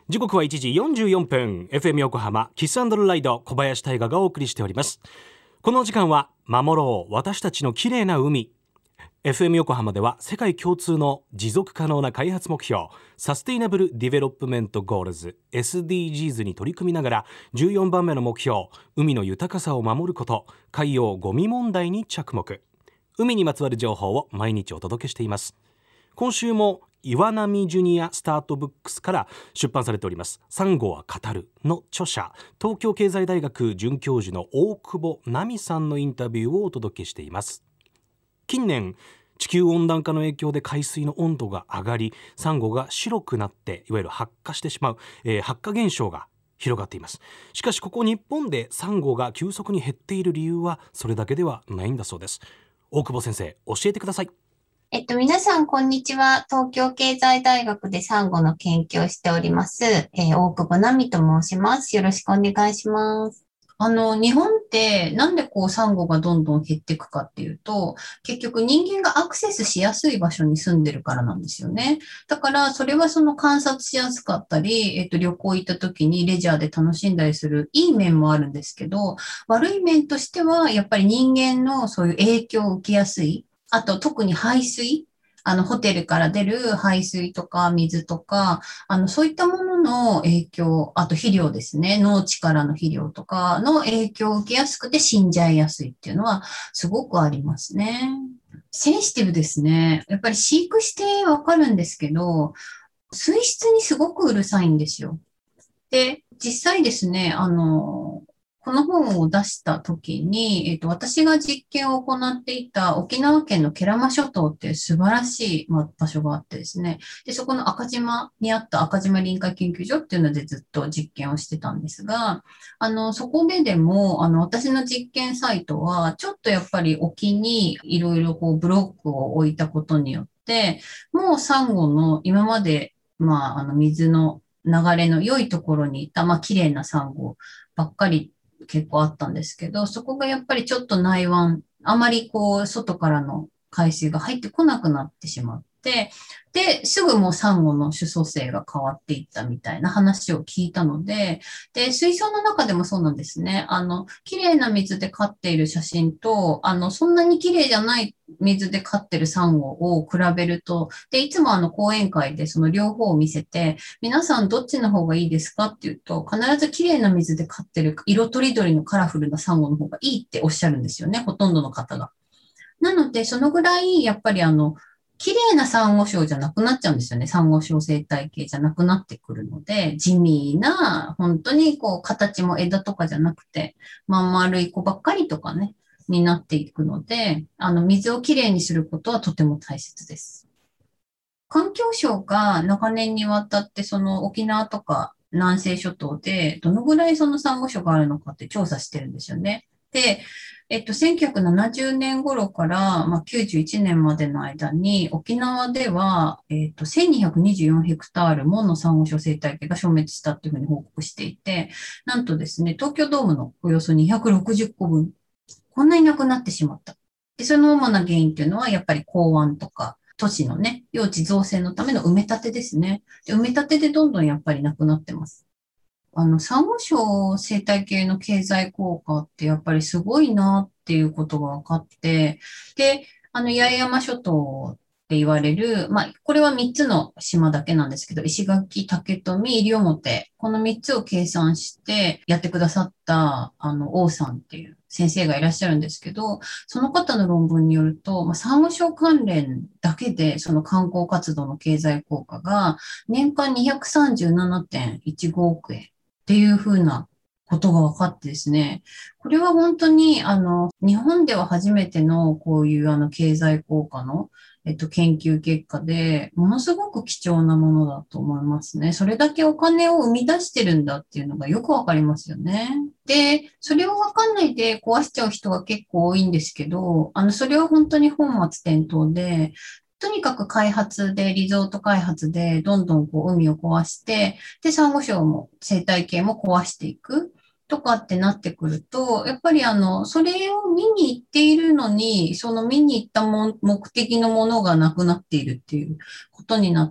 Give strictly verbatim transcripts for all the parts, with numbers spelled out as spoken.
時刻はいちじよんじゅうよんぷん。 エフエム 横浜キス&ライド、小林大賀がお送りしております。この時間は守ろう私たちの綺麗な海。 エフエム 横浜では世界共通の持続可能な開発目標サステイナブルディベロップメントゴールズ エスディージーズ に取り組みながら、じゅうよんばんめの目標、海の豊かさを守ること、海洋ゴミ問題に着目。海にまつわる情報を毎日お届けしています。今週も岩波ジュニアスタートブックスから出版されておりますサンゴは語るの著者、東京経済大学准教授の大久保奈美さんのインタビューをお届けしています。近年地球温暖化の影響で海水の温度が上がり、サンゴが白くなっていわゆる白化してしまう、えー、白化現象が広がっています。しかしここ日本でサンゴが急速に減っている理由はそれだけではないんだそうです。大久保先生、教えてください。 えっと、皆さん、こんにちは。東京経済大学でサンゴの研究をしております。えー、大久保奈美と申します。よろしくお願いします。あの、日本ってなんでこうサンゴがどんどん減っていくかっていうと、結局人間がアクセスしやすい場所に住んでるからなんですよね。だから、それはその観察しやすかったり、えっと、旅行行った時にレジャーで楽しんだりするいい面もあるんですけど、悪い面としては、やっぱり人間のそういう影響を受けやすい。あと、特に排水。あの、ホテルから出る排水とか水とか、あの、そういったものの影響、あと肥料ですね。農地からの肥料とかの影響を受けやすくて死んじゃいやすいっていうのはすごくありますね。センシティブですね。やっぱり飼育してわかるんですけど、水質にすごくうるさいんですよ。で、実際ですね、あの、この本を出した時に、えっと、私が実験を行っていた沖縄県の慶良間諸島っていう素晴らしい、まあ、場所があってですね、で、そこの赤島にあった赤島臨海研究所っていうのでずっと実験をしてたんですが、あの、そこででも、あの、私の実験サイトは、ちょっとやっぱり沖にいろいろこうブロックを置いたことによって、もうサンゴの今まで、まあ、あの、水の流れの良いところにいた、まあ、綺麗なサンゴばっかり結構あったんですけど、そこがやっぱりちょっと内湾、あまりこう、外からの海水が入ってこなくなってしまって、で、すぐもうサンゴの主訴性が変わっていったみたいな話を聞いたので、で、水槽の中でもそうなんですね。あの、綺麗な水で飼っている写真と、あの、そんなに綺麗じゃない水で飼ってるサンゴを比べると、で、いつもあの講演会でその両方を見せて、皆さんどっちの方がいいですかって言うと、必ず綺麗な水で飼ってる色とりどりのカラフルなサンゴの方がいいっておっしゃるんですよね、ほとんどの方が。なので、そのぐらい、やっぱりあの、綺麗なサンゴ礁じゃなくなっちゃうんですよね。サンゴ礁生態系じゃなくなってくるので、地味な、本当にこう、形も枝とかじゃなくて、まん丸い子ばっかりとかね、になっていくので、あの、水をきれいにすることはとても大切です。環境省が長年にわたってその沖縄とか南西諸島でどのぐらいそのサンゴ礁があるのかって調査してるんですよね。で、えっと、せんきゅうひゃくななじゅうねん頃から、まあ、きゅうじゅういちねんまでの間に沖縄では、えっと、せんにひゃくにじゅうよんヘクタールものサンゴ礁生態系が消滅したっていうふうに報告していて、なんとですね、東京ドームのおよそにひゃくろくじゅっこぶん、こんなになくなってしまった。で、その主な原因っていうのは、やっぱり港湾とか、都市のね、用地造成のための埋め立てですね。で、埋め立てでどんどんやっぱりなくなってます。あの、サンゴ礁生態系の経済効果ってやっぱりすごいなっていうことが分かって、で、あの、八重山諸島って言われる、まあ、これはみっつの島だけなんですけど、石垣、竹富、西表、このみっつを計算してやってくださった、あの、王さんっていう先生がいらっしゃるんですけど、その方の論文によると、まあ、サンゴ礁関連だけで、その観光活動の経済効果が年間にひゃくさんじゅうななてんいちごおくえんっていうふうなことが分かってですね、これは本当に、あの、日本では初めてのこういうあの経済効果の、えっと、研究結果で、ものすごく貴重なものだと思いますね。それだけお金を生み出してるんだっていうのがよくわかりますよね。で、それをわかんないで壊しちゃう人が結構多いんですけど、あの、それは本当に本末転倒で、とにかく開発で、リゾート開発で、どんどんこう海を壊して、で、サンゴ礁も生態系も壊していく。 とかってなってくると、やっぱりあの、それを見に行っているのに、その見に行ったも目的のものがなくなっているっていうことになって、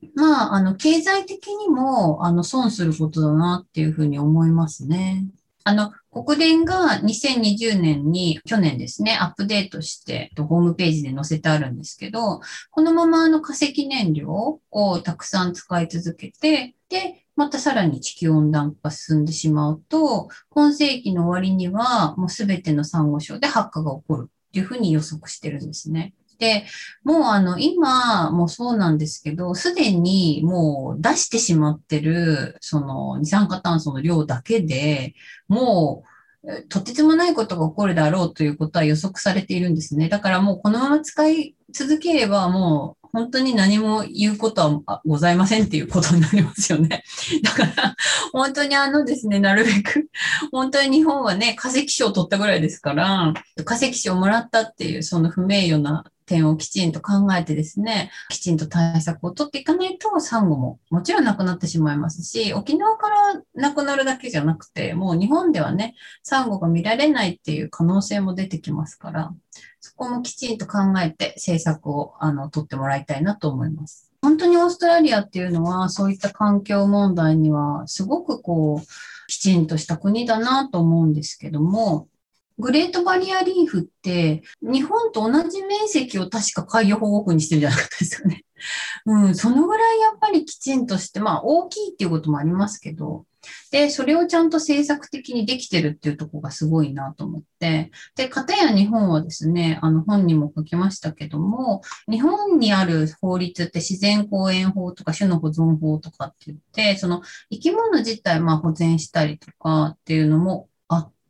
まあ、あの、経済的にも、あの、損することだなっていうふうに思いますね。あの、国連がにせんにじゅうねんに、去年ですね、アップデートして、ホームページで載せてあるんですけど、このままあの化石燃料をたくさん使い続けて、で、またさらに地球温暖化が進んでしまうと、今世紀の終わりにはもうすべてのサンゴ礁で発火が起こるっていうふうに予測してるんですね。で、もうあの、今もそうなんですけど、すでにもう出してしまってる、その二酸化炭素の量だけでもう、とてつもないことが起こるだろうということは予測されているんですね。だからもうこのまま使い続ければもう本当に何も言うことはございませんっていうことになりますよね。だから本当にあのですね、なるべく本当に日本はね、化石賞を取ったぐらいですから、化石賞をもらったっていうその不名誉な点をきちんと考えてですね、きちんと対策を取っていかないと、サンゴももちろんなくなってしまいますし、沖縄からなくなるだけじゃなくて、もう日本ではね、サンゴが見られないっていう可能性も出てきますから、そこもきちんと考えて政策をあの取ってもらいたいなと思います。本当にオーストラリアっていうのは、そういった環境問題には、すごくこう、きちんとした国だなと思うんですけども、グレートバリアリーフって、日本と同じ面積を確か海洋保護区にしてるんじゃなかったですかね。うん、そのぐらいやっぱりきちんとして、まあ大きいっていうこともありますけど、で、それをちゃんと政策的にできてるっていうところがすごいなと思って、で、かたや日本はですね、あの本にも書きましたけども、日本にある法律って自然公園法とか種の保存法とかって言って、その生き物自体まあ保全したりとかっていうのもあって、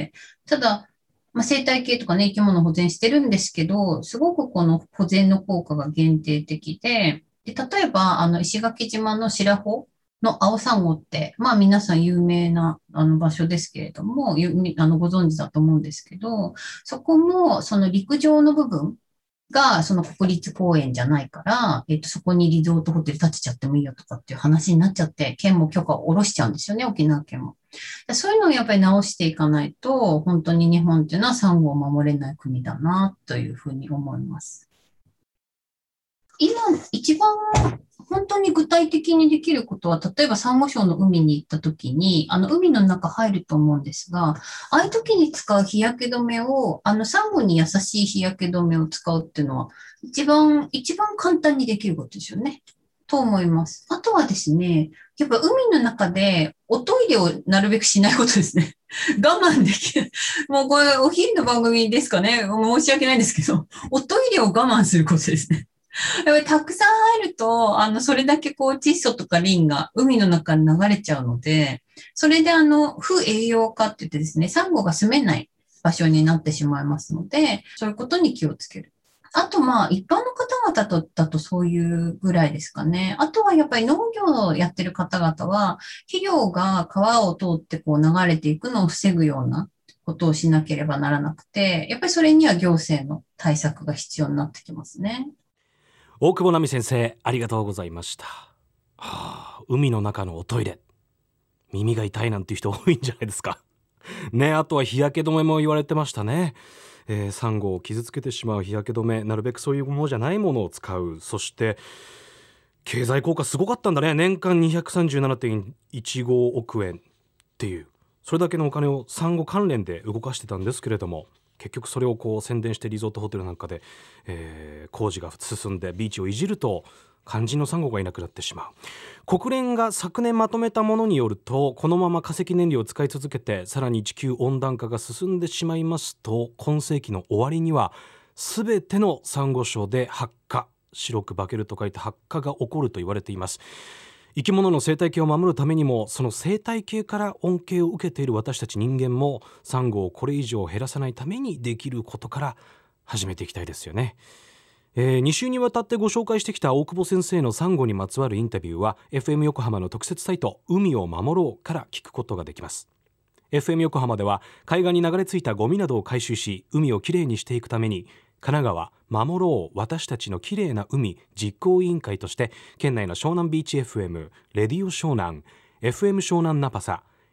ただ、まあ、生態系とかね、生き物保全してるんですけど、すごくこの保全の効果が限定的で、で、例えば、あの、石垣島の白穂の青サンゴって、まあ皆さん有名なあの場所ですけれども、ゆあのご存知だと思うんですけど、そこもその陸上の部分がその国立公園じゃないから、えっと、そこにリゾートホテル建てちゃってもいいよとかっていう話になっちゃって、県も許可を下ろしちゃうんですよね、沖縄県も。そういうのをやっぱり直していかないと、本当に日本っていうのはサンゴを守れない国だな、というふうに思います。今、一番本当に具体的にできることは、例えばサンゴ礁の海に行った時に、あの海の中入ると思うんですが、ああいう時に使う日焼け止めを、あのサンゴに優しい日焼け止めを使うっていうのは、一番、一番簡単にできることですよね。と思います。あとはですね、やっぱ海の中でおトイレをなるべくしないことですね。我慢できる。もうこれお昼の番組ですかね。申し訳ないんですけど、おトイレを我慢することですね。やっぱりたくさん入ると、あの、それだけこう窒素とかリンが海の中に流れちゃうので、それであの、不栄養化って言ってですね、サンゴが住めない場所になってしまいますので、そういうことに気をつける。あと、まあ、一般の方々とだとそういうぐらいですかね。あとはやっぱり農業をやってる方々は、肥料が川を通ってこう流れていくのを防ぐようなことをしなければならなくて、やっぱりそれには行政の対策が必要になってきますね。 大久保奈美先生、ありがとうございました。はあ、海の中のおトイレ、耳が痛いなんていう人多いんじゃないですかね。あとは日焼け止めも言われてましたね。えー、サンゴを傷つけてしまう日焼け止め、なるべくそういうものじゃないものを使う。そして経済効果すごかったんだね。年間 にひゃくさんじゅうななてんいちごおくえんっていう、それだけのお金をサンゴ関連で動かしてたんですけれども、結局それをこう宣伝してリゾートホテルなんかで、えー、工事が進んでビーチをいじると肝心のサンゴがいなくなってしまう。国連が昨年まとめたものによると、このまま化石燃料を使い続けてさらに地球温暖化が進んでしまいますと、今世紀の終わりには全てのサンゴ礁で発火、白く化けると書いて発火が起こると言われています。生き物の生態系を守るためにも、その生態系から恩恵を受けている私たち人間も、サンゴをこれ以上減らさないためにできることから始めていきたいですよね。えー、に週にわたってご紹介してきた大久保先生のサンゴにまつわるインタビューは エフエム 横浜の特設サイト海を守ろうから聞くことができます。 エフエム 横浜では海岸に流れ着いたゴミなどを回収し、海をきれいにしていくために、神奈川守ろう私たちのきれいな海実行委員会として、県内の湘南ビーチ エフエム、レディオ湘南、 エフエム 湘南ナパサ、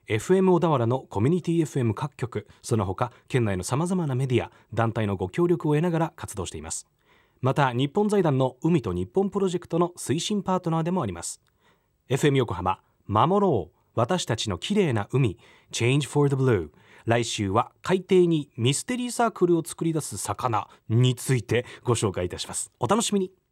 エフエム 小田原のコミュニティ エフエム 各局、その他県内のさまざまなメディア団体のご協力を得ながら活動しています。また日本財団の海と日本プロジェクトの推進パートナーでもあります。 エフエム 横浜守ろう私たちの綺麗な海 Change for the Blue。 来週は海底にミステリーサークルを作り出す魚についてご紹介いたします。お楽しみに。